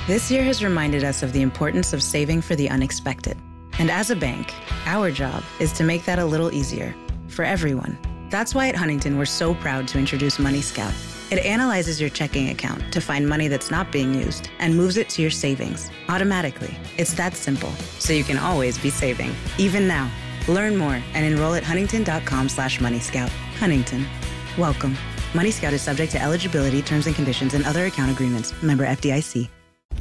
This year has reminded us of the importance of saving for the unexpected. And as a bank, our job is to make that a little easier for everyone. That's why at Huntington, we're so proud to introduce Money Scout. It analyzes your checking account to find money that's not being used and moves it to your savings automatically. It's that simple, so you can always be saving, even now. Learn more and enroll at huntington.com/moneyscout. Huntington. Welcome. Money Scout is subject to eligibility, terms and conditions, and other account agreements. Member FDIC.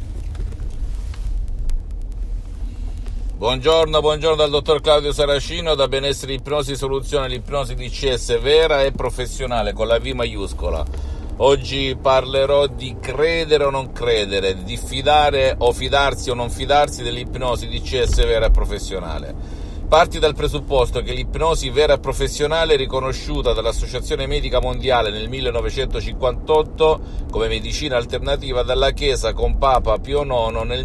Buongiorno dal dottor Claudio Saracino da Benessere Ipnosi Soluzione, l'ipnosi DCS vera e professionale con la V maiuscola. Oggi parlerò di credere o non credere, di fidare o fidarsi o non fidarsi dell'ipnosi DCS vera e professionale. Parti dal presupposto che l'ipnosi vera e professionale è riconosciuta dall'Associazione Medica Mondiale nel 1958 come medicina alternativa dalla Chiesa con Papa Pio IX nel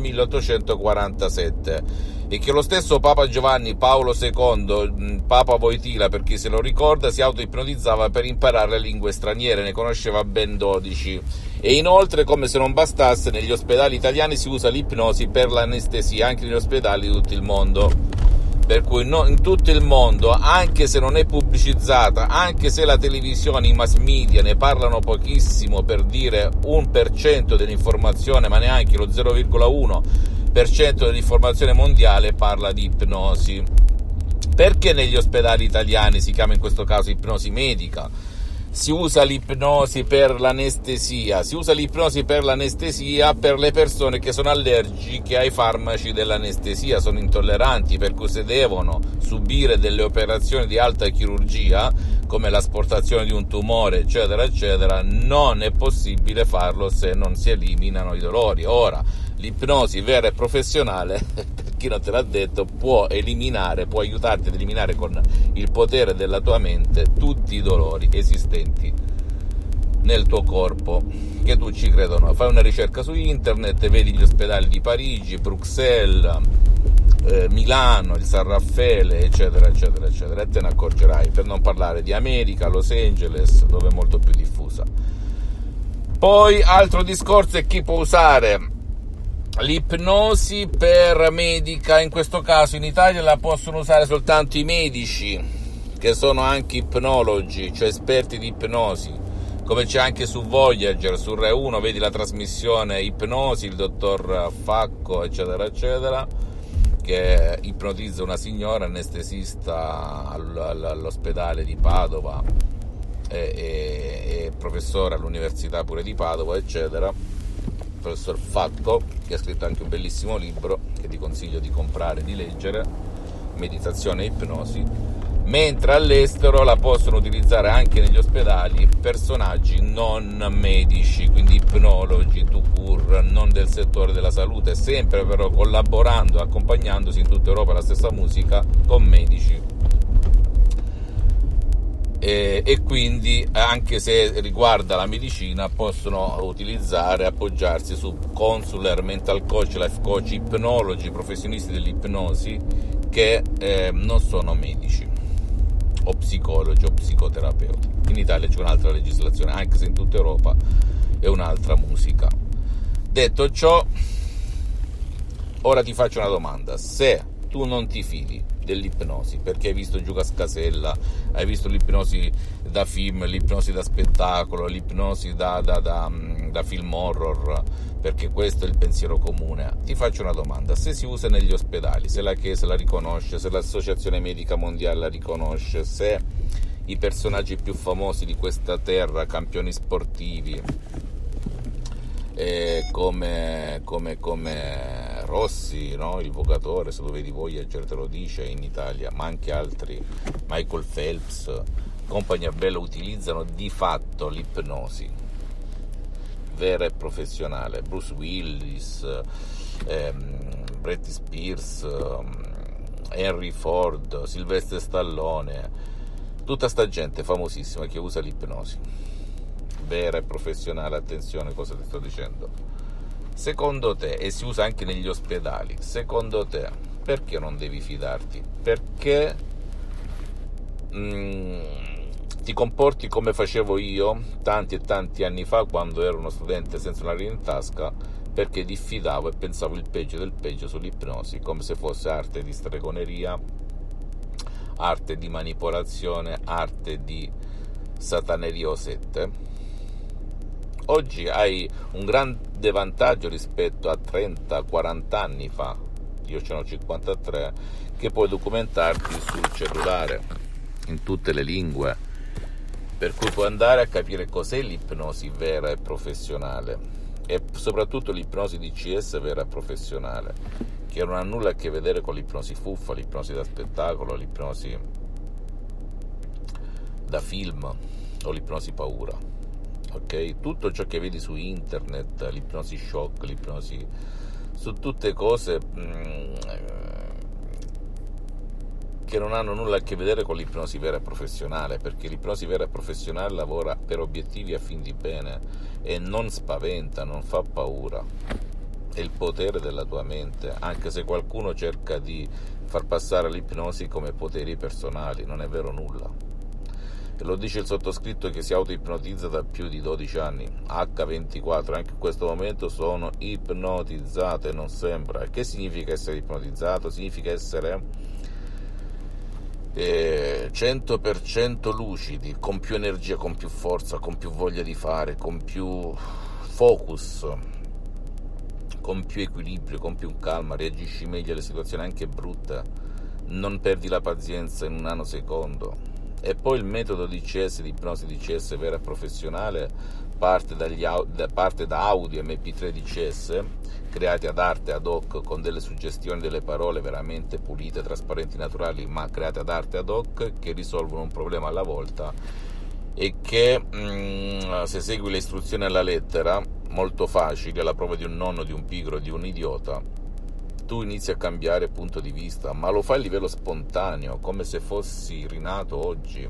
1847 e che lo stesso Papa Giovanni Paolo II, Papa Wojtyla per chi se lo ricorda, si autoipnotizzava per imparare le lingue straniere, ne conosceva ben 12. E inoltre, come se non bastasse, negli ospedali italiani si usa l'ipnosi per l'anestesia anche negli ospedali di tutto il mondo. Per cui in tutto il mondo, anche se non è pubblicizzata, anche se la televisione, i mass media ne parlano pochissimo, per dire 1% dell'informazione, ma neanche lo 0,1% dell'informazione mondiale parla di ipnosi. Perché negli ospedali italiani si chiama in questo caso ipnosi medica? Si usa l'ipnosi per l'anestesia, per le persone che sono allergiche ai farmaci dell'anestesia, sono intolleranti, per cui se devono subire delle operazioni di alta chirurgia, come l'asportazione di un tumore, eccetera, eccetera, non è possibile farlo se non si eliminano i dolori. Ora, l'ipnosi vera e professionale, per chi non te l'ha detto, può aiutarti ad eliminare con il potere della tua mente tutti i dolori esistenti nel tuo corpo, che tu ci creda o no. Fai una ricerca su internet, vedi gli ospedali di Parigi, Bruxelles, Milano, il San Raffaele, eccetera, eccetera, eccetera, e te ne accorgerai, per non parlare di America, Los Angeles, dove è molto più diffusa. Poi, altro discorso è chi può usare l'ipnosi per medica. In questo caso in Italia la possono usare soltanto i medici, che sono anche ipnologi, cioè esperti di ipnosi, come c'è anche su Voyager, su Rai 1, vedi la trasmissione Ipnosi, il dottor Facco, eccetera, eccetera, che ipnotizza una signora anestesista all'ospedale di Padova e professore all'università pure di Padova, eccetera. Professor Facco, che ha scritto anche un bellissimo libro che ti consiglio di comprare e di leggere, Meditazione e ipnosi, mentre all'estero la possono utilizzare anche negli ospedali personaggi non medici, quindi ipnologi tout court, non del settore della salute, sempre però collaborando, accompagnandosi in tutta Europa la stessa musica con medici. E quindi, anche se riguarda la medicina, possono appoggiarsi su consulent, mental coach, life coach, ipnologi, professionisti dell'ipnosi che non sono medici o psicologi o psicoterapeuti. In Italia c'è un'altra legislazione, anche se in tutta Europa è un'altra musica. Detto ciò, ora ti faccio una domanda: se tu non ti fidi dell'ipnosi, perché hai visto Giuca Scasella, hai visto l'ipnosi da film, l'ipnosi da spettacolo, l'ipnosi da film horror, perché questo è il pensiero comune, ti faccio una domanda: se si usa negli ospedali, se la Chiesa la riconosce, se l'Associazione Medica Mondiale la riconosce, se i personaggi più famosi di questa terra, campioni sportivi, come Rossi, no? Il vogatore, se lo vedi Voyager te lo dice in Italia, ma anche altri, Michael Phelps, compagnia bella, utilizzano di fatto l'ipnosi vera e professionale. Bruce Willis, Britney Spears, Henry Ford, Sylvester Stallone, tutta sta gente famosissima che usa l'ipnosi vera e professionale. Attenzione cosa ti sto dicendo. Secondo te, e si usa anche negli ospedali, secondo te perché non devi fidarti? Perché ti comporti come facevo io tanti e tanti anni fa, quando ero uno studente senza una lira in tasca, perché diffidavo e pensavo il peggio del peggio sull'ipnosi, come se fosse arte di stregoneria, arte di manipolazione, arte di sataneria o sette. Oggi hai un grande vantaggio rispetto a 30-40 anni fa, io ce n'ho 53, che puoi documentarti sul cellulare in tutte le lingue, per cui puoi andare a capire cos'è l'ipnosi vera e professionale, e soprattutto l'ipnosi DCS vera e professionale, che non ha nulla a che vedere con l'ipnosi fuffa, l'ipnosi da spettacolo, l'ipnosi da film o l'ipnosi paura. Ok? Tutto ciò che vedi su internet, l'ipnosi shock, l'ipnosi, su tutte cose che non hanno nulla a che vedere con l'ipnosi vera e professionale, perché l'ipnosi vera e professionale lavora per obiettivi a fin di bene e non spaventa, non fa paura. È il potere della tua mente, anche se qualcuno cerca di far passare l'ipnosi come poteri personali, non è vero nulla. E lo dice il sottoscritto che si autoipnotizza da più di 12 anni, H24, anche in questo momento sono ipnotizzato e non sembra. Che significa essere ipnotizzato? Significa essere 100% lucidi, con più energia, con più forza, con più voglia di fare, con più focus, con più equilibrio, con più calma, reagisci meglio alle situazioni anche brutte, non perdi la pazienza in un nanosecondo. E poi il metodo DCS, di ipnosi DCS vera e professionale, parte da audio MP3 DCS creati ad arte, ad hoc, con delle suggestioni, delle parole veramente pulite, trasparenti, naturali, ma create ad arte, ad hoc, che risolvono un problema alla volta e che se segui le istruzioni alla lettera, molto facili, alla prova di un nonno, di un pigro, di un idiota, tu inizi a cambiare punto di vista, ma lo fai a livello spontaneo, come se fossi rinato oggi.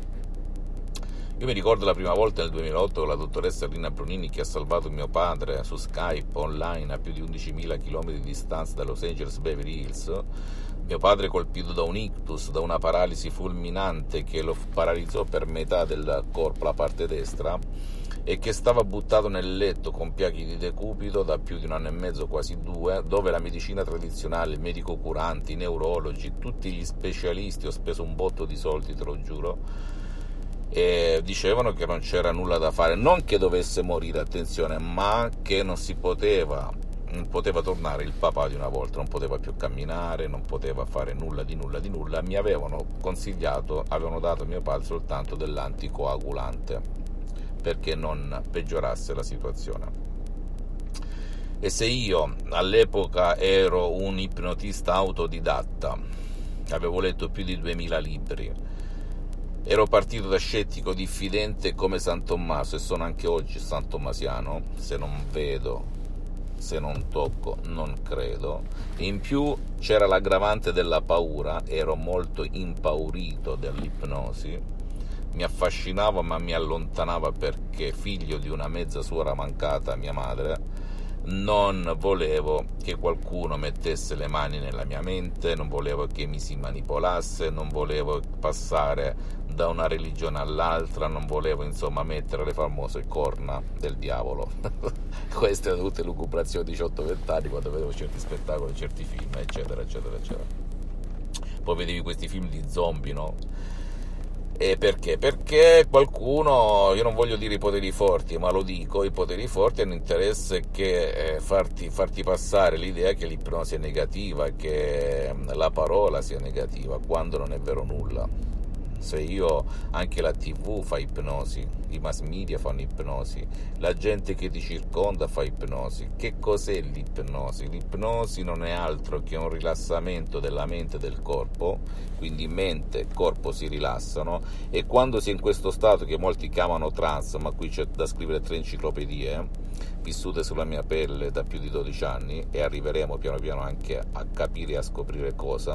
Io mi ricordo la prima volta nel 2008 con la dottoressa Rina Brunini, che ha salvato mio padre su Skype online a più di 11.000 km di distanza da Los Angeles Beverly Hills. Mio padre colpito da un ictus, da una paralisi fulminante che lo paralizzò per metà del corpo, la parte destra, e che stava buttato nel letto con piaghe di decubito da più di 1 anno e mezzo, quasi 2, dove la medicina tradizionale, il medico curante, i neurologi, tutti gli specialisti, ho speso un botto di soldi, te lo giuro, e dicevano che non c'era nulla da fare, non che dovesse morire, attenzione, ma che non poteva tornare il papà di una volta, non poteva più camminare, non poteva fare nulla. Mi avevano consigliato, avevano dato a mio padre soltanto dell'anticoagulante perché non peggiorasse la situazione. E se io all'epoca ero un ipnotista autodidatta, avevo letto più di 2000 libri, ero partito da scettico, diffidente come San Tommaso, e sono anche oggi santommasiano, se non vedo, se non tocco, non credo. In più c'era l'aggravante della paura, ero molto impaurito dall'ipnosi, mi affascinava ma mi allontanava, perché figlio di una mezza suora mancata, mia madre, non volevo che qualcuno mettesse le mani nella mia mente, non volevo che mi si manipolasse, non volevo passare da una religione all'altra, non volevo insomma mettere le famose corna del diavolo. Queste erano tutte lucubrazioni a 18-20 anni, quando vedevo certi spettacoli, certi film, eccetera eccetera eccetera. Poi vedevi questi film di zombie, no? E perché? Perché qualcuno, io non voglio dire i poteri forti, ma lo dico, i poteri forti hanno interesse che farti passare l'idea che l'ipnosi è negativa, che la parola sia negativa, quando non è vero nulla. Se anche la TV fa ipnosi, i mass media fanno ipnosi, la gente che ti circonda fa ipnosi. Che cos'è l'ipnosi? L'ipnosi non è altro che un rilassamento della mente e del corpo, quindi mente e corpo si rilassano, e quando si è in questo stato che molti chiamano trance, ma qui c'è da scrivere 3 enciclopedie vissute sulla mia pelle da più di 12 anni, e arriveremo piano piano anche a capire e a scoprire cosa,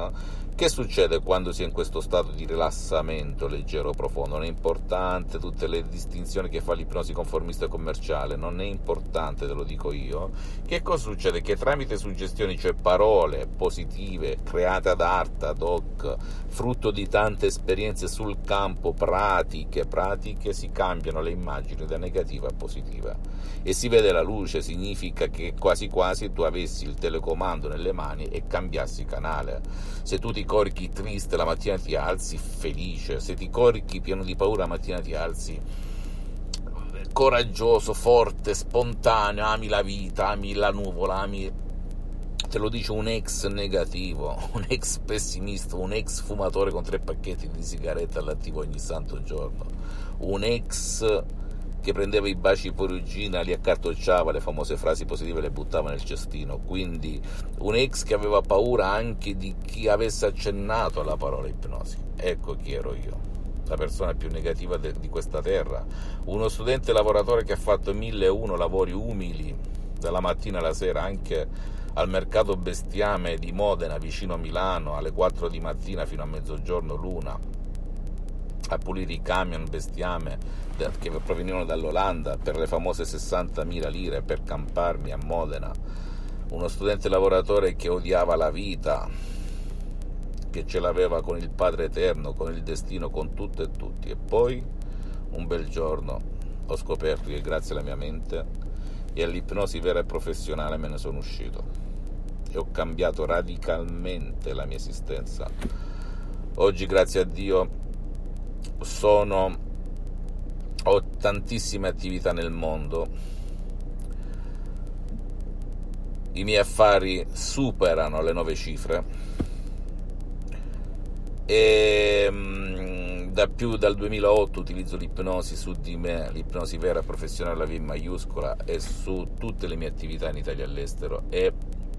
Che succede quando si è in questo stato di rilassamento leggero profondo? Non è importante tutte le distinzioni che fa l'ipnosi conformista e commerciale, non è importante, te lo dico io. Che cosa succede? Che tramite suggestioni, cioè parole positive create ad arte, ad hoc, frutto di tante esperienze sul campo, pratiche, si cambiano le immagini da negativa a positiva e si vede la luce. Significa che quasi quasi tu avessi il telecomando nelle mani e cambiassi canale. Se tu ti corichi triste la mattina ti alzi felice, se ti corichi pieno di paura la mattina ti alzi coraggioso, forte, spontaneo, ami la vita, ami la nuvola, te lo dice un ex negativo, un ex pessimista, un ex fumatore con 3 pacchetti di sigarette all'attivo ogni santo giorno, un ex che prendeva i baci fuorigina, li accartocciava, le famose frasi positive le buttava nel cestino. Quindi un ex che aveva paura anche di chi avesse accennato alla parola ipnosi. Ecco chi ero io, la persona più negativa di questa terra, uno studente lavoratore che ha fatto 1001 lavori umili dalla mattina alla sera, anche al mercato bestiame di Modena vicino a Milano alle 4 di mattina fino a mezzogiorno l'una, a pulire i camion bestiame che provenivano dall'Olanda per le famose 60.000 lire per camparmi a Modena. Uno studente lavoratore che odiava la vita, che ce l'aveva con il Padre Eterno, con il destino, con tutto e tutti. E poi un bel giorno ho scoperto che grazie alla mia mente e all'ipnosi vera e professionale me ne sono uscito e ho cambiato radicalmente la mia esistenza. Oggi, grazie a Dio, ho tantissime attività nel mondo, i miei affari superano le 9 cifre e dal 2008 utilizzo l'ipnosi su di me, l'ipnosi vera e professionale, la V in maiuscola, e su tutte le mie attività in Italia e all'estero. E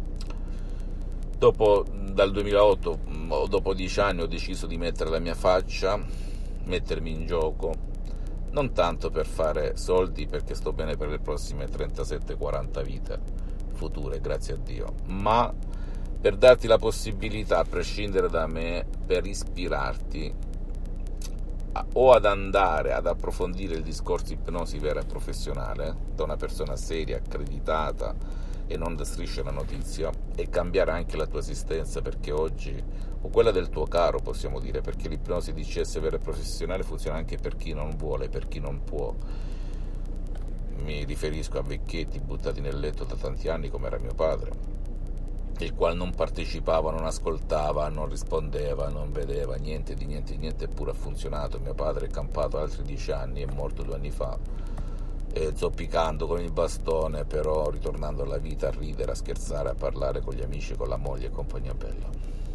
dal 2008, dopo 10 anni, ho deciso di mettere la mia faccia, mettermi in gioco, non tanto per fare soldi, perché sto bene per le prossime 37-40 vite future, grazie a Dio, ma per darti la possibilità, a prescindere da me, per ispirarti o ad andare ad approfondire il discorso ipnosi vera e professionale da una persona seria, accreditata e non da striscia la notizia, e cambiare anche la tua esistenza, perché oggi, o quella del tuo caro possiamo dire, perché l'ipnosi DCS vera e professionale funziona anche per chi non vuole, per chi non può. Mi riferisco a vecchietti buttati nel letto da tanti anni come era mio padre, il quale non partecipava, non ascoltava, non rispondeva, non vedeva niente di niente, eppure ha funzionato. Mio padre è campato altri 10 anni, è morto 2 anni fa, zoppicando con il bastone, però ritornando alla vita, a ridere, a scherzare, a parlare con gli amici, con la moglie e compagnia bella.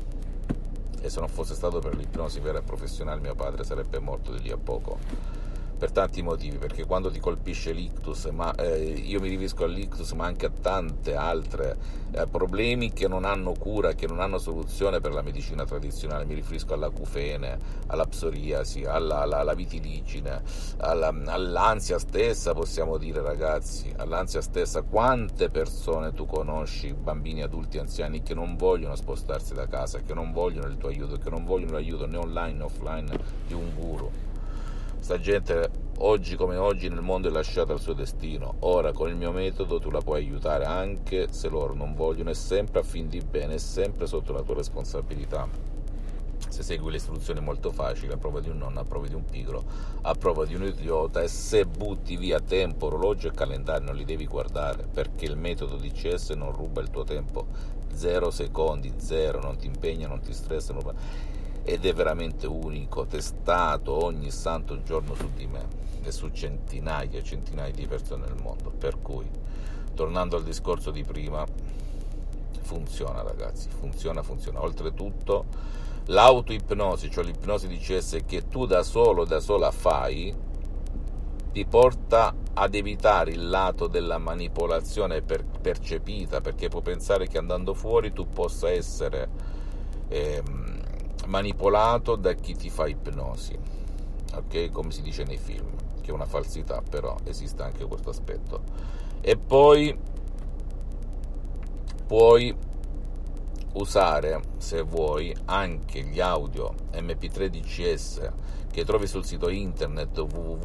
E se non fosse stato per l'ipnosi vera e professionale, mio padre sarebbe morto di lì a poco, per tanti motivi, perché quando ti colpisce l'ictus, io mi riferisco all'ictus, ma anche a tante altre problemi che non hanno cura, che non hanno soluzione per la medicina tradizionale. Mi riferisco all'acufene, alla psoriasi, alla vitiligine, all'ansia stessa, possiamo dire, ragazzi, all'ansia stessa. Quante persone tu conosci, bambini, adulti, anziani, che non vogliono spostarsi da casa, che non vogliono il tuo aiuto, che non vogliono l'aiuto né online né offline di un guru? Sta gente oggi come oggi nel mondo è lasciata al suo destino. Ora con il mio metodo tu la puoi aiutare, anche se loro non vogliono, è sempre a fin di bene, è sempre sotto la tua responsabilità. Se segui le istruzioni è molto facile, a prova di un nonno, a prova di un pigro, a prova di un idiota, e se butti via tempo, orologio e calendario non li devi guardare, perché il metodo DCS non ruba il tuo tempo, 0 secondi, 0, non ti impegna, non ti stressa, ed è veramente unico, testato ogni santo giorno su di me e su centinaia e centinaia di persone nel mondo. Per cui, tornando al discorso di prima, funziona, ragazzi, funziona. Oltretutto l'autoipnosi, cioè l'ipnosi DCS che tu da sola fai, ti porta ad evitare il lato della manipolazione percepita, perché può pensare che andando fuori tu possa essere manipolato da chi ti fa ipnosi, ok? Come si dice nei film, che è una falsità, però esiste anche questo aspetto. E poi puoi usare, se vuoi, anche gli audio MP3 DCS che trovi sul sito internet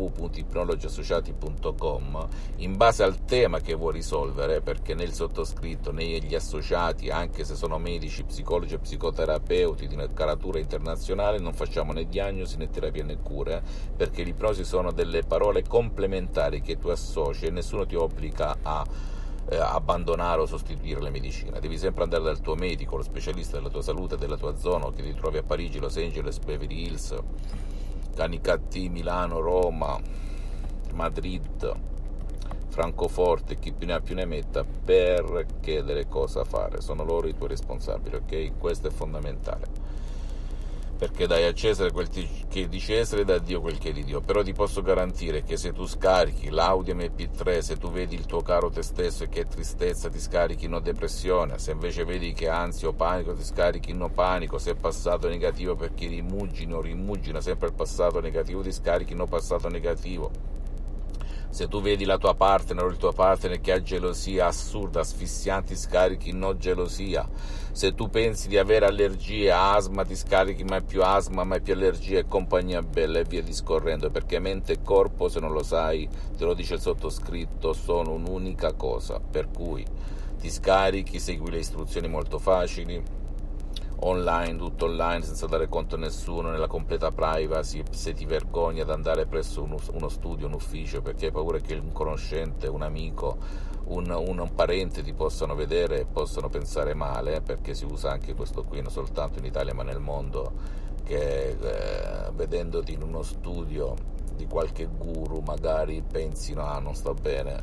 www.ipnologiassociati.com in base al tema che vuoi risolvere, perché né il sottoscritto né gli associati, anche se sono medici, psicologi e psicoterapeuti di caratura internazionale, non facciamo né diagnosi né terapie né cure, perché l'ipnosi sono delle parole complementari che tu associ e nessuno ti obbliga a abbandonare o sostituire la medicina. Devi sempre andare dal tuo medico, lo specialista della tua salute, della tua zona, che ti trovi a Parigi, Los Angeles, Beverly Hills, Canicattì, Milano, Roma, Madrid, Francoforte, chi più ne ha più ne metta, per chiedere cosa fare. Sono loro i tuoi responsabili, ok? Questo è fondamentale, perché dai a Cesare quel che è di Cesare, da Dio quel che è di Dio. Però ti posso garantire che se tu scarichi l'audio MP3, se tu vedi il tuo caro te stesso e che tristezza, ti scarichi no depressione, se invece vedi che ansia o panico, ti scarichi no panico, se è passato negativo perché rimugina sempre il passato negativo, ti scarichi no passato negativo. Se tu vedi la tua partner o il tuo partner che ha gelosia assurda, asfissianti, scarichi no gelosia. Se tu pensi di avere allergie, asma, ti scarichi mai più asma, mai più allergie e compagnia bella e via discorrendo, perché mente e corpo, se non lo sai, te lo dice il sottoscritto, sono un'unica cosa. Per cui ti scarichi, segui le istruzioni molto facili, online, tutto online, senza dare conto a nessuno, nella completa privacy. Se ti vergogni ad andare presso uno studio, un ufficio, perché hai paura che un conoscente, un amico, un parente ti possano vedere e possano pensare male, perché si usa anche questo qui non soltanto in Italia ma nel mondo, che vedendoti in uno studio di qualche guru magari pensino non sto bene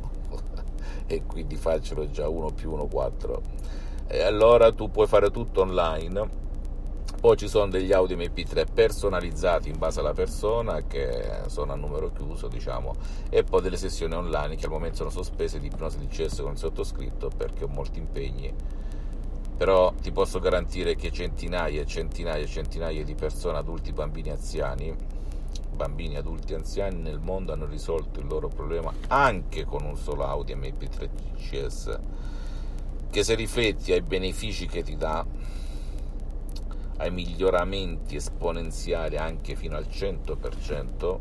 e quindi facciano già 1 + 1 = 4. E allora tu puoi fare tutto online. Poi ci sono degli audio MP3 personalizzati in base alla persona, che sono a numero chiuso, diciamo, e poi delle sessioni online che al momento sono sospese di ipnosi DCS con il sottoscritto perché ho molti impegni. Però ti posso garantire che centinaia e centinaia e centinaia di persone, adulti, bambini, anziani, bambini, adulti, anziani nel mondo hanno risolto il loro problema anche con un solo audio MP3 DCS, che se rifletti ai benefici che ti dà, ai miglioramenti esponenziali anche fino al 100%,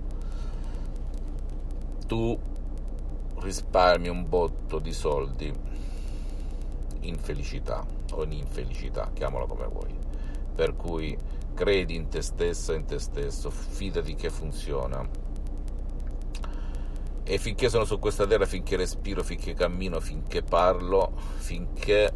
tu risparmi un botto di soldi in felicità o in infelicità, chiamalo come vuoi. Per cui credi in te stessa, in te stesso, fidati che funziona. E finché sono su questa terra, finché respiro, finché cammino, finché parlo, finché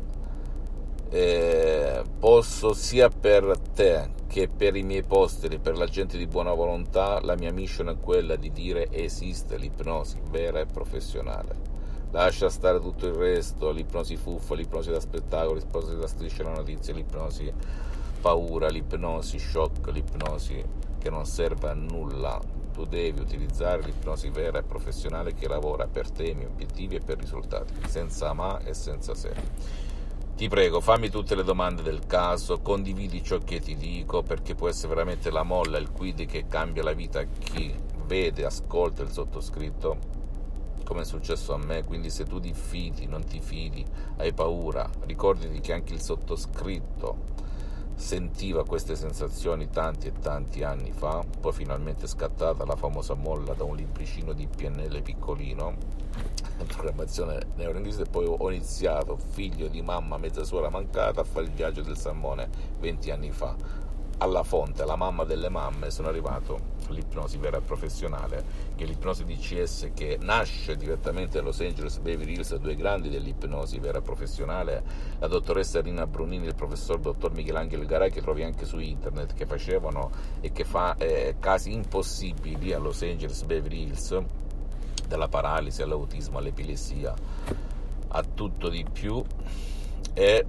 posso, sia per te che per i miei posteri, per la gente di buona volontà, la mia mission è quella di dire: esiste l'ipnosi vera e professionale. Lascia stare tutto il resto, l'ipnosi fuffa, l'ipnosi da spettacolo, l'ipnosi da striscia la notizia, l'ipnosi paura, l'ipnosi shock, l'ipnosi che non serve a nulla. Tu devi utilizzare l'ipnosi vera e professionale che lavora per te, i miei obiettivi e per risultati, senza ma e senza se. Ti prego, fammi tutte le domande del caso, condividi ciò che ti dico, perché può essere veramente la molla, il quid che cambia la vita a chi vede, ascolta il sottoscritto, come è successo a me. Quindi se tu diffidi, non ti fidi, hai paura, ricordati che anche il sottoscritto sentiva queste sensazioni tanti e tanti anni fa. Poi finalmente è scattata la famosa molla da un libricino di PNL piccolino, programmazione neurolinguistica, e poi ho iniziato, figlio di mamma mezza suora mancata, a fare il viaggio del salmone 20 anni fa. Alla fonte, alla mamma delle mamme, sono arrivato all'ipnosi vera e professionale, che è l'ipnosi DCS, che nasce direttamente da Los Angeles, Beverly Hills, due grandi dell'ipnosi vera e professionale, la dottoressa Rina Brunini e il professor dottor Michelangelo Garay, che trovi anche su internet, che facevano e che fa casi impossibili a Los Angeles, Beverly Hills, dalla paralisi all'autismo, all'epilessia, a tutto di più. E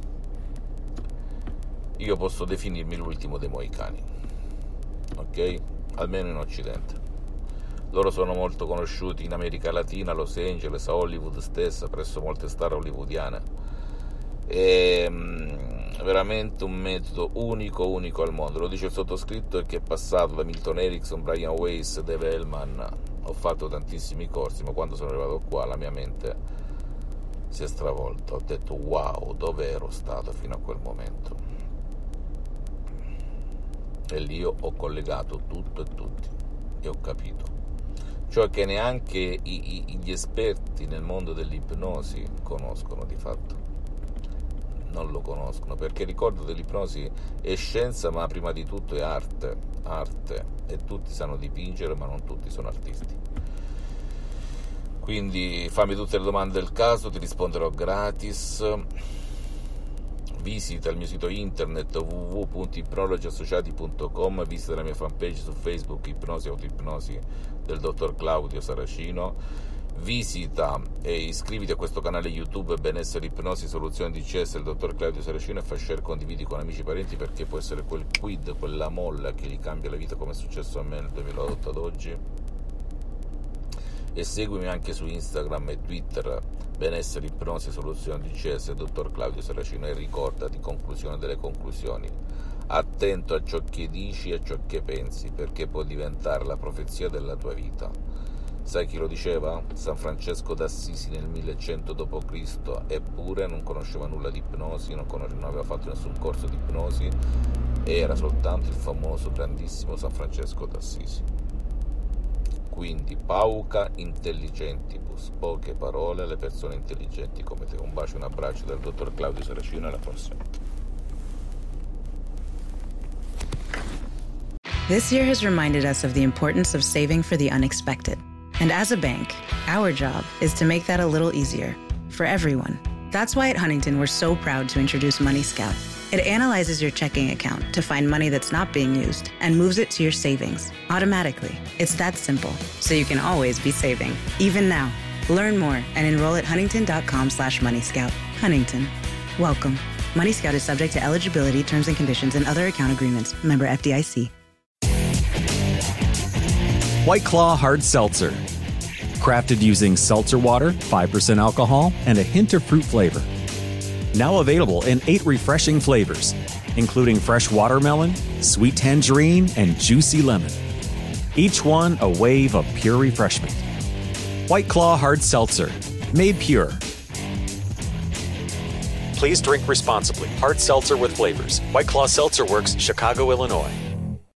io posso definirmi l'ultimo dei mohicani, ok? Almeno in Occidente. Loro sono molto conosciuti in America Latina, Los Angeles, a Hollywood stessa, presso molte star hollywoodiane. È veramente un metodo unico al mondo. Lo dice il sottoscritto, che è passato da Milton Erickson, Brian Weiss, Dave Hellman. Ho fatto tantissimi corsi, ma quando sono arrivato qua la mia mente si è stravolta. Ho detto wow, dove ero stato fino a quel momento? E lì ho collegato tutto e tutti e ho capito, cioè che neanche gli esperti nel mondo dell'ipnosi conoscono di fatto, non lo conoscono, perché ricordo dell'ipnosi è scienza, ma prima di tutto è arte, e tutti sanno dipingere, ma non tutti sono artisti. Quindi fammi tutte le domande del caso, ti risponderò gratis. Visita il mio sito internet www.ipnologiassociati.com, visita la mia fanpage su Facebook, Ipnosi e Autoipnosi del dottor Claudio Saracino, visita e iscriviti a questo canale YouTube Benessere Ipnosi Soluzione DCS del dottor Claudio Saracino e fai share, condividi con amici e parenti, perché può essere quel quid, quella molla che gli cambia la vita, come è successo a me nel 2008 ad oggi. E seguimi anche su Instagram e Twitter Benessere Ipnosi Soluzione DCS dottor Claudio Saracino, e ricordati, conclusione delle conclusioni, attento a ciò che dici e a ciò che pensi, perché può diventare la profezia della tua vita. Sai chi lo diceva? San Francesco d'Assisi nel 1100 d.C., eppure non conosceva nulla di ipnosi, non aveva fatto nessun corso di ipnosi, era soltanto il famoso grandissimo San Francesco d'Assisi. Quindi pauca intelligentibus, poche parole alle persone intelligenti come te. Un bacio e un abbraccio dal dottor Claudio Saracino, alla prossima. This year has reminded us of the importance of saving for the unexpected. And as a bank, our job is to make that a little easier for everyone. That's why at Huntington we're so proud to introduce Money Scout. It analyzes your checking account to find money that's not being used and moves it to your savings automatically. It's that simple, so you can always be saving, even now. Learn more and enroll at huntington.com/moneyscout. Huntington. Welcome. Money Scout is subject to eligibility, terms and conditions, and other account agreements. Member FDIC. White Claw Hard Seltzer. Crafted using seltzer water, 5% alcohol, and a hint of fruit flavor. Now available in 8 refreshing flavors, including fresh watermelon, sweet tangerine, and juicy lemon. Each one a wave of pure refreshment. White Claw Hard Seltzer, made pure. Please drink responsibly. Hard seltzer with flavors. White Claw Seltzer Works, Chicago, Illinois.